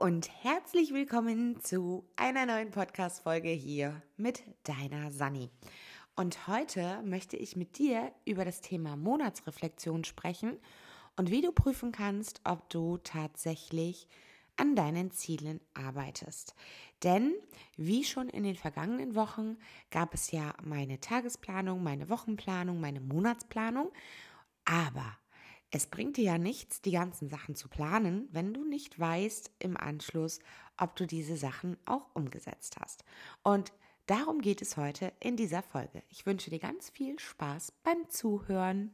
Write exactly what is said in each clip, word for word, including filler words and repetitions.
und herzlich willkommen zu einer neuen Podcast-Folge hier mit deiner Sanni. Und heute möchte ich mit dir über das Thema Monatsreflexion sprechen und wie du prüfen kannst, ob du tatsächlich an deinen Zielen arbeitest. Denn wie schon in den vergangenen Wochen gab es ja meine Tagesplanung, meine Wochenplanung, meine Monatsplanung, aber es bringt dir ja nichts, die ganzen Sachen zu planen, wenn du nicht weißt im Anschluss, ob du diese Sachen auch umgesetzt hast. Und darum geht es heute in dieser Folge. Ich wünsche dir ganz viel Spaß beim Zuhören.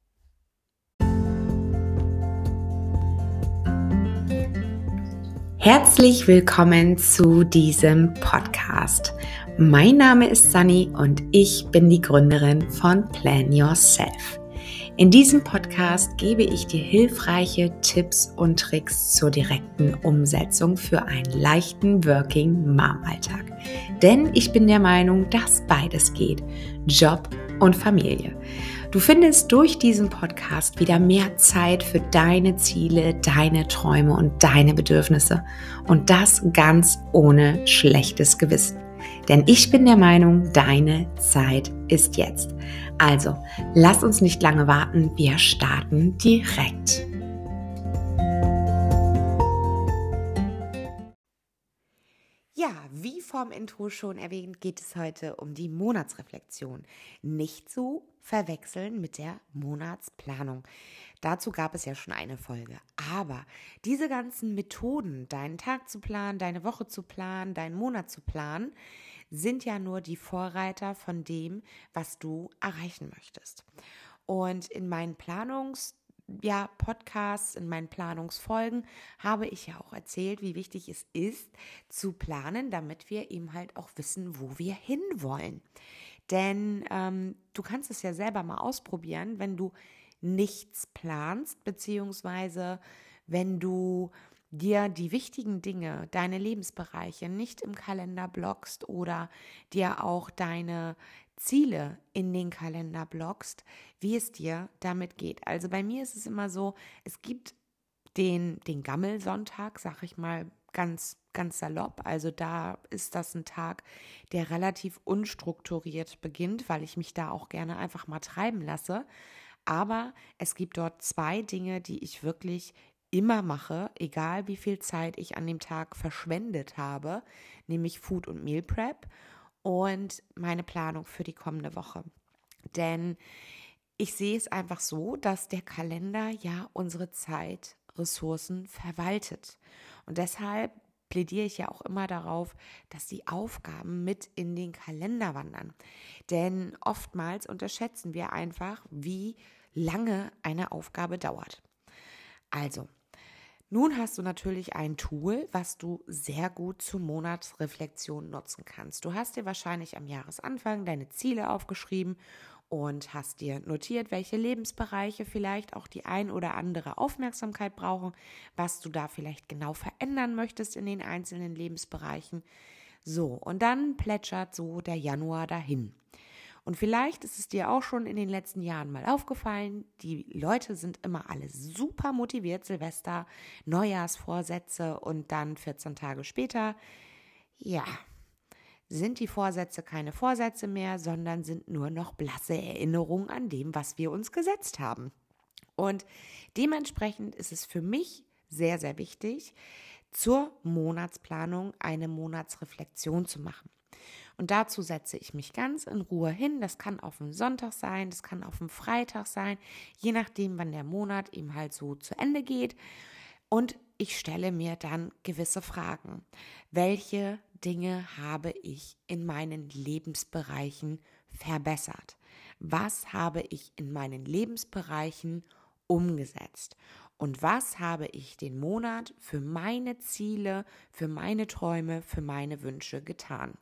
Herzlich willkommen zu diesem Podcast. Mein Name ist Sanni und ich bin die Gründerin von Plan Yourself. In diesem Podcast gebe ich dir hilfreiche Tipps und Tricks zur direkten Umsetzung für einen leichten Working Mom Alltag. Denn ich bin der Meinung, dass beides geht, Job und Familie. Du findest durch diesen Podcast wieder mehr Zeit für deine Ziele, deine Träume und deine Bedürfnisse. Und das ganz ohne schlechtes Gewissen. Denn ich bin der Meinung, deine Zeit ist jetzt. Also, lass uns nicht lange warten, wir starten direkt. Ja, wie vom Intro schon erwähnt, geht es heute um die Monatsreflexion. Nicht zu verwechseln mit der Monatsplanung. Dazu gab es ja schon eine Folge. Aber diese ganzen Methoden, deinen Tag zu planen, deine Woche zu planen, deinen Monat zu planen, sind ja nur die Vorreiter von dem, was du erreichen möchtest. Und in meinen Planungs- ja, Podcasts, in meinen Planungsfolgen habe ich ja auch erzählt, wie wichtig es ist, zu planen, damit wir eben halt auch wissen, wo wir hinwollen. Denn ähm, du kannst es ja selber mal ausprobieren, wenn du nichts planst, beziehungsweise wenn du dir die wichtigen Dinge, deine Lebensbereiche nicht im Kalender blockst oder dir auch deine Ziele in den Kalender blockst, wie es dir damit geht. Also bei mir ist es immer so, es gibt den, den Gammelsonntag, sag ich mal ganz, ganz salopp. Also da ist das ein Tag, der relativ unstrukturiert beginnt, weil ich mich da auch gerne einfach mal treiben lasse. Aber es gibt dort zwei Dinge, die ich wirklich immer mache, egal wie viel Zeit ich an dem Tag verschwendet habe, nämlich Food- und Meal Prep und meine Planung für die kommende Woche. Denn ich sehe es einfach so, dass der Kalender ja unsere Zeit, Ressourcen verwaltet. Und deshalb plädiere ich ja auch immer darauf, dass die Aufgaben mit in den Kalender wandern. Denn oftmals unterschätzen wir einfach, wie lange eine Aufgabe dauert. Also, nun hast du natürlich ein Tool, was du sehr gut zur Monatsreflexion nutzen kannst. Du hast dir wahrscheinlich am Jahresanfang deine Ziele aufgeschrieben und hast dir notiert, welche Lebensbereiche vielleicht auch die ein oder andere Aufmerksamkeit brauchen, was du da vielleicht genau verändern möchtest in den einzelnen Lebensbereichen. So, und dann plätschert so der Januar dahin. Und vielleicht ist es dir auch schon in den letzten Jahren mal aufgefallen, die Leute sind immer alle super motiviert, Silvester, Neujahrsvorsätze und dann vierzehn Tage später, ja, sind die Vorsätze keine Vorsätze mehr, sondern sind nur noch blasse Erinnerungen an dem, was wir uns gesetzt haben. Und dementsprechend ist es für mich sehr, sehr wichtig, zur Monatsplanung eine Monatsreflexion zu machen. Und dazu setze ich mich ganz in Ruhe hin. Das kann auf dem Sonntag sein, das kann auf dem Freitag sein, je nachdem, wann der Monat eben halt so zu Ende geht. Und ich stelle mir dann gewisse Fragen. Welche Dinge habe ich in meinen Lebensbereichen verbessert? Was habe ich in meinen Lebensbereichen umgesetzt? Und was habe ich den Monat für meine Ziele, für meine Träume, für meine Wünsche getan?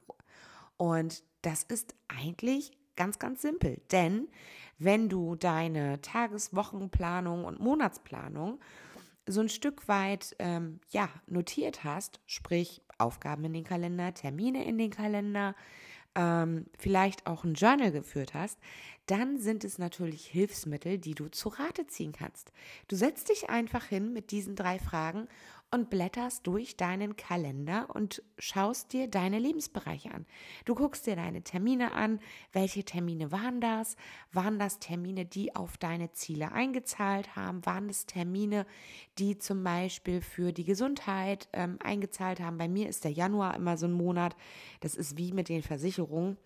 Und das ist eigentlich ganz, ganz simpel, denn wenn du deine Tages-, Wochenplanung und Monatsplanung so ein Stück weit ähm, ja, notiert hast, sprich Aufgaben in den Kalender, Termine in den Kalender, ähm, vielleicht auch ein Journal geführt hast, dann sind es natürlich Hilfsmittel, die du zu Rate ziehen kannst. Du setzt dich einfach hin mit diesen drei Fragen und blätterst durch deinen Kalender und schaust dir deine Lebensbereiche an. Du guckst dir deine Termine an. Welche Termine waren das? Waren das Termine, die auf deine Ziele eingezahlt haben? Waren es Termine, die zum Beispiel für die Gesundheit ähm, eingezahlt haben? Bei mir ist der Januar immer so ein Monat. Das ist wie mit den Versicherungen.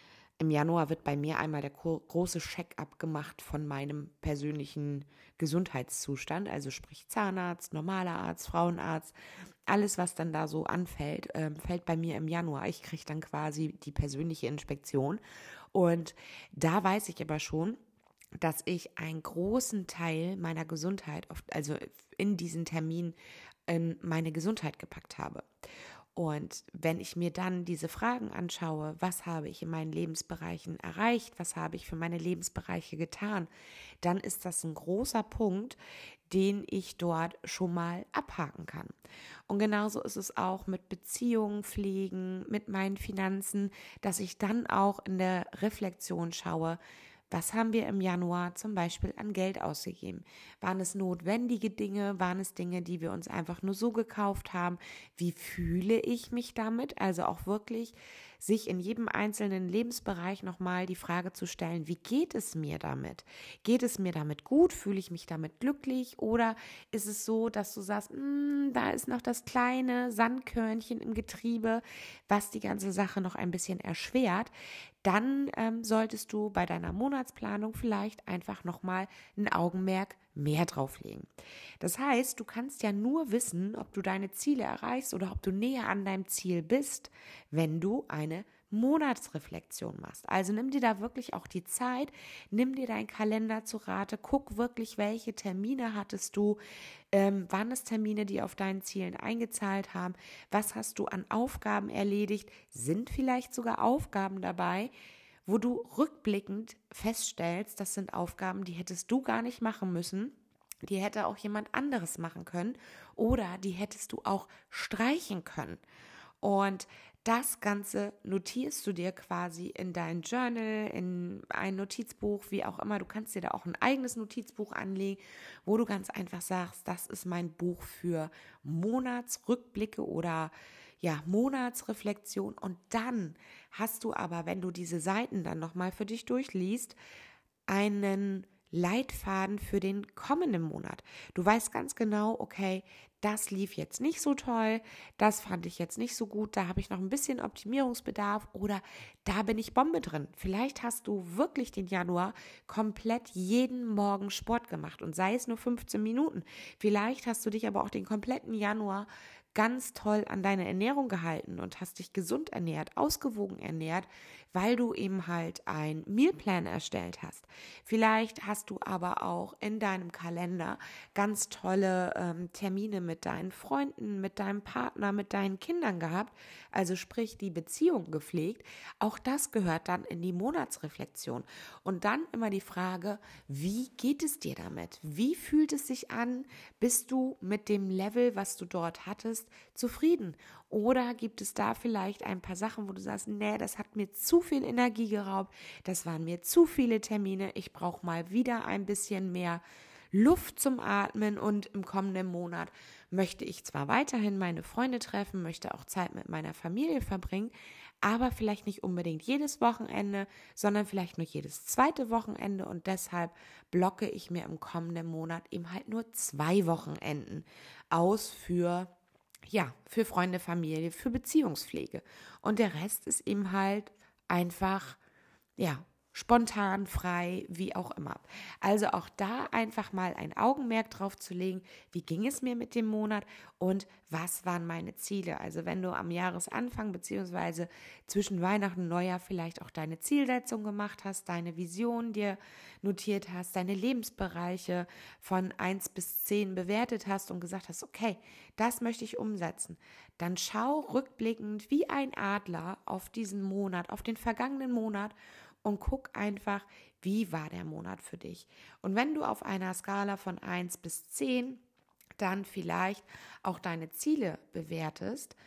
Im Januar wird bei mir einmal der große Check-up gemacht von meinem persönlichen Gesundheitszustand, also sprich Zahnarzt, normaler Arzt, Frauenarzt, alles, was dann da so anfällt, äh, fällt bei mir im Januar. Ich kriege dann quasi die persönliche Inspektion und da weiß ich aber schon, dass ich einen großen Teil meiner Gesundheit, also in diesen Termin, in meine Gesundheit gepackt habe. Und wenn ich mir dann diese Fragen anschaue, was habe ich in meinen Lebensbereichen erreicht, was habe ich für meine Lebensbereiche getan, dann ist das ein großer Punkt, den ich dort schon mal abhaken kann. Und genauso ist es auch mit Beziehungen pflegen, mit meinen Finanzen, dass ich dann auch in der Reflexion schaue, was haben wir im Januar zum Beispiel an Geld ausgegeben? Waren es notwendige Dinge? Waren es Dinge, die wir uns einfach nur so gekauft haben? Wie fühle ich mich damit? Also auch wirklich sich in jedem einzelnen Lebensbereich nochmal die Frage zu stellen, wie geht es mir damit? Geht es mir damit gut? Fühle ich mich damit glücklich? Oder ist es so, dass du sagst, da ist noch das kleine Sandkörnchen im Getriebe, was die ganze Sache noch ein bisschen erschwert? Dann ähm, solltest du bei deiner Monatsplanung vielleicht einfach nochmal ein Augenmerk mehr drauflegen. Das heißt, du kannst ja nur wissen, ob du deine Ziele erreichst oder ob du näher an deinem Ziel bist, wenn du eine Monatsreflexion machst. Also nimm dir da wirklich auch die Zeit, nimm dir deinen Kalender zu Rate, guck wirklich, welche Termine hattest du, ähm, waren es Termine, die auf deinen Zielen eingezahlt haben, was hast du an Aufgaben erledigt, sind vielleicht sogar Aufgaben dabei, wo du rückblickend feststellst, das sind Aufgaben, die hättest du gar nicht machen müssen, die hätte auch jemand anderes machen können oder die hättest du auch streichen können. Und das Ganze notierst du dir quasi in dein Journal, in ein Notizbuch, wie auch immer. Du kannst dir da auch ein eigenes Notizbuch anlegen, wo du ganz einfach sagst, das ist mein Buch für Monatsrückblicke oder ja, Monatsreflexion. Und dann hast du aber, wenn du diese Seiten dann nochmal für dich durchliest, einen Leitfaden für den kommenden Monat. Du weißt ganz genau, okay, das lief jetzt nicht so toll, das fand ich jetzt nicht so gut, da habe ich noch ein bisschen Optimierungsbedarf oder da bin ich Bombe drin. Vielleicht hast du wirklich den Januar komplett jeden Morgen Sport gemacht und sei es nur fünfzehn Minuten. Vielleicht hast du dich aber auch den kompletten Januar ganz toll an deine Ernährung gehalten und hast dich gesund ernährt, ausgewogen ernährt, weil du eben halt ein Mealplan erstellt hast. Vielleicht hast du aber auch in deinem Kalender ganz tolle ähm, Termine mit deinen Freunden, mit deinem Partner, mit deinen Kindern gehabt, also sprich die Beziehung gepflegt. Auch das gehört dann in die Monatsreflexion. Und dann immer die Frage, wie geht es dir damit? Wie fühlt es sich an? Bist du mit dem Level, was du dort hattest, zufrieden? Oder gibt es da vielleicht ein paar Sachen, wo du sagst, nee, das hat mir zu viel Energie geraubt, das waren mir zu viele Termine, ich brauche mal wieder ein bisschen mehr Luft zum Atmen und im kommenden Monat möchte ich zwar weiterhin meine Freunde treffen, möchte auch Zeit mit meiner Familie verbringen, aber vielleicht nicht unbedingt jedes Wochenende, sondern vielleicht nur jedes zweite Wochenende und deshalb blocke ich mir im kommenden Monat eben halt nur zwei Wochenenden aus für Ja, für Freunde, Familie, für Beziehungspflege. Und der Rest ist eben halt einfach, ja, spontan, frei, wie auch immer. Also auch da einfach mal ein Augenmerk drauf zu legen, wie ging es mir mit dem Monat und was waren meine Ziele. Also wenn du am Jahresanfang beziehungsweise zwischen Weihnachten und Neujahr vielleicht auch deine Zielsetzung gemacht hast, deine Vision dir notiert hast, deine Lebensbereiche von eins bis zehn bewertet hast und gesagt hast, okay, das möchte ich umsetzen, dann schau rückblickend wie ein Adler auf diesen Monat, auf den vergangenen Monat und guck einfach, wie war der Monat für dich. Und wenn du auf einer Skala von eins bis zehn dann vielleicht auch deine Ziele bewertest,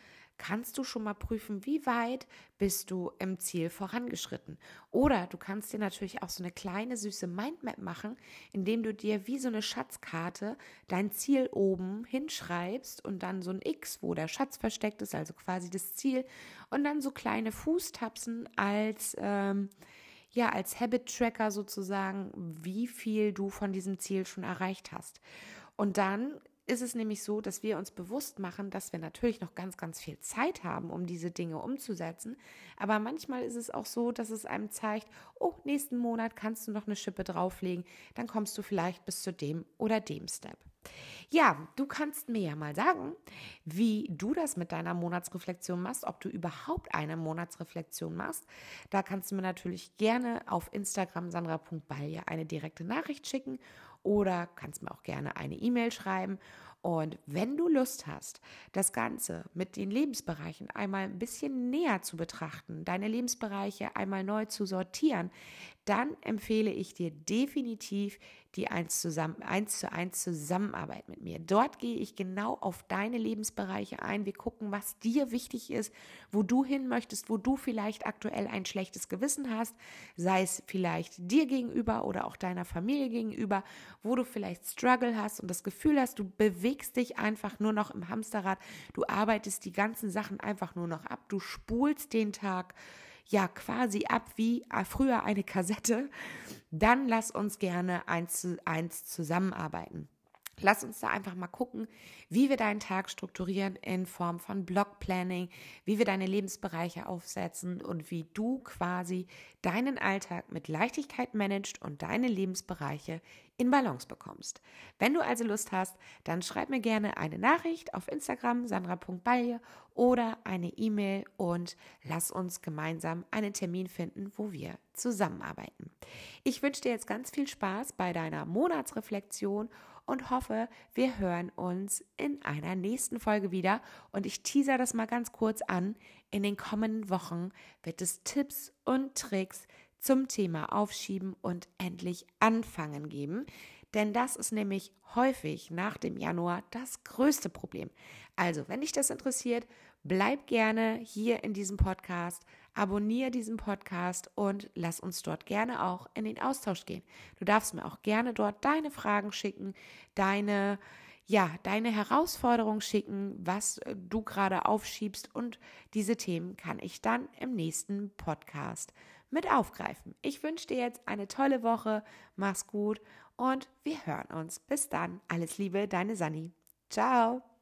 kannst du schon mal prüfen, wie weit bist du im Ziel vorangeschritten. Oder du kannst dir natürlich auch so eine kleine süße Mindmap machen, indem du dir wie so eine Schatzkarte dein Ziel oben hinschreibst und dann so ein X, wo der Schatz versteckt ist, also quasi das Ziel, und dann so kleine Fußtapsen als ähm, ja, als Habit-Tracker sozusagen, wie viel du von diesem Ziel schon erreicht hast. Und dann ist es nämlich so, dass wir uns bewusst machen, dass wir natürlich noch ganz, ganz viel Zeit haben, um diese Dinge umzusetzen. Aber manchmal ist es auch so, dass es einem zeigt, oh, nächsten Monat kannst du noch eine Schippe drauflegen, dann kommst du vielleicht bis zu dem oder dem Step. Ja, du kannst mir ja mal sagen, wie du das mit deiner Monatsreflexion machst, ob du überhaupt eine Monatsreflexion machst. Da kannst du mir natürlich gerne auf Instagram sandra punkt balje eine direkte Nachricht schicken oder kannst mir auch gerne eine E-Mail schreiben. Und wenn du Lust hast, das Ganze mit den Lebensbereichen einmal ein bisschen näher zu betrachten, deine Lebensbereiche einmal neu zu sortieren, dann empfehle ich dir definitiv die eins zu eins Zusammenarbeit mit mir. Dort gehe ich genau auf deine Lebensbereiche ein. Wir gucken, was dir wichtig ist, wo du hin möchtest, wo du vielleicht aktuell ein schlechtes Gewissen hast, sei es vielleicht dir gegenüber oder auch deiner Familie gegenüber, wo du vielleicht Struggle hast und das Gefühl hast, du bewegst dich einfach nur noch im Hamsterrad, du arbeitest die ganzen Sachen einfach nur noch ab, du spulst den Tag ja quasi ab wie früher eine Kassette, dann lass uns gerne eins zu eins zusammenarbeiten. Lass uns da einfach mal gucken, wie wir deinen Tag strukturieren in Form von Blockplanning, wie wir deine Lebensbereiche aufsetzen und wie du quasi deinen Alltag mit Leichtigkeit managst und deine Lebensbereiche in Balance bekommst. Wenn du also Lust hast, dann schreib mir gerne eine Nachricht auf Instagram sandra punkt balje oder eine E-Mail und lass uns gemeinsam einen Termin finden, wo wir zusammenarbeiten. Ich wünsche dir jetzt ganz viel Spaß bei deiner Monatsreflexion und hoffe, wir hören uns in einer nächsten Folge wieder. Und ich teaser das mal ganz kurz an. In den kommenden Wochen wird es Tipps und Tricks zum Thema Aufschieben und endlich anfangen geben. Denn das ist nämlich häufig nach dem Januar das größte Problem. Also, wenn dich das interessiert, bleib gerne hier in diesem Podcast, abonniere diesen Podcast und lass uns dort gerne auch in den Austausch gehen. Du darfst mir auch gerne dort deine Fragen schicken, deine, ja, deine Herausforderung schicken, was du gerade aufschiebst, und diese Themen kann ich dann im nächsten Podcast mit aufgreifen. Ich wünsche dir jetzt eine tolle Woche, mach's gut und wir hören uns. Bis dann. Alles Liebe, deine Sanni. Ciao.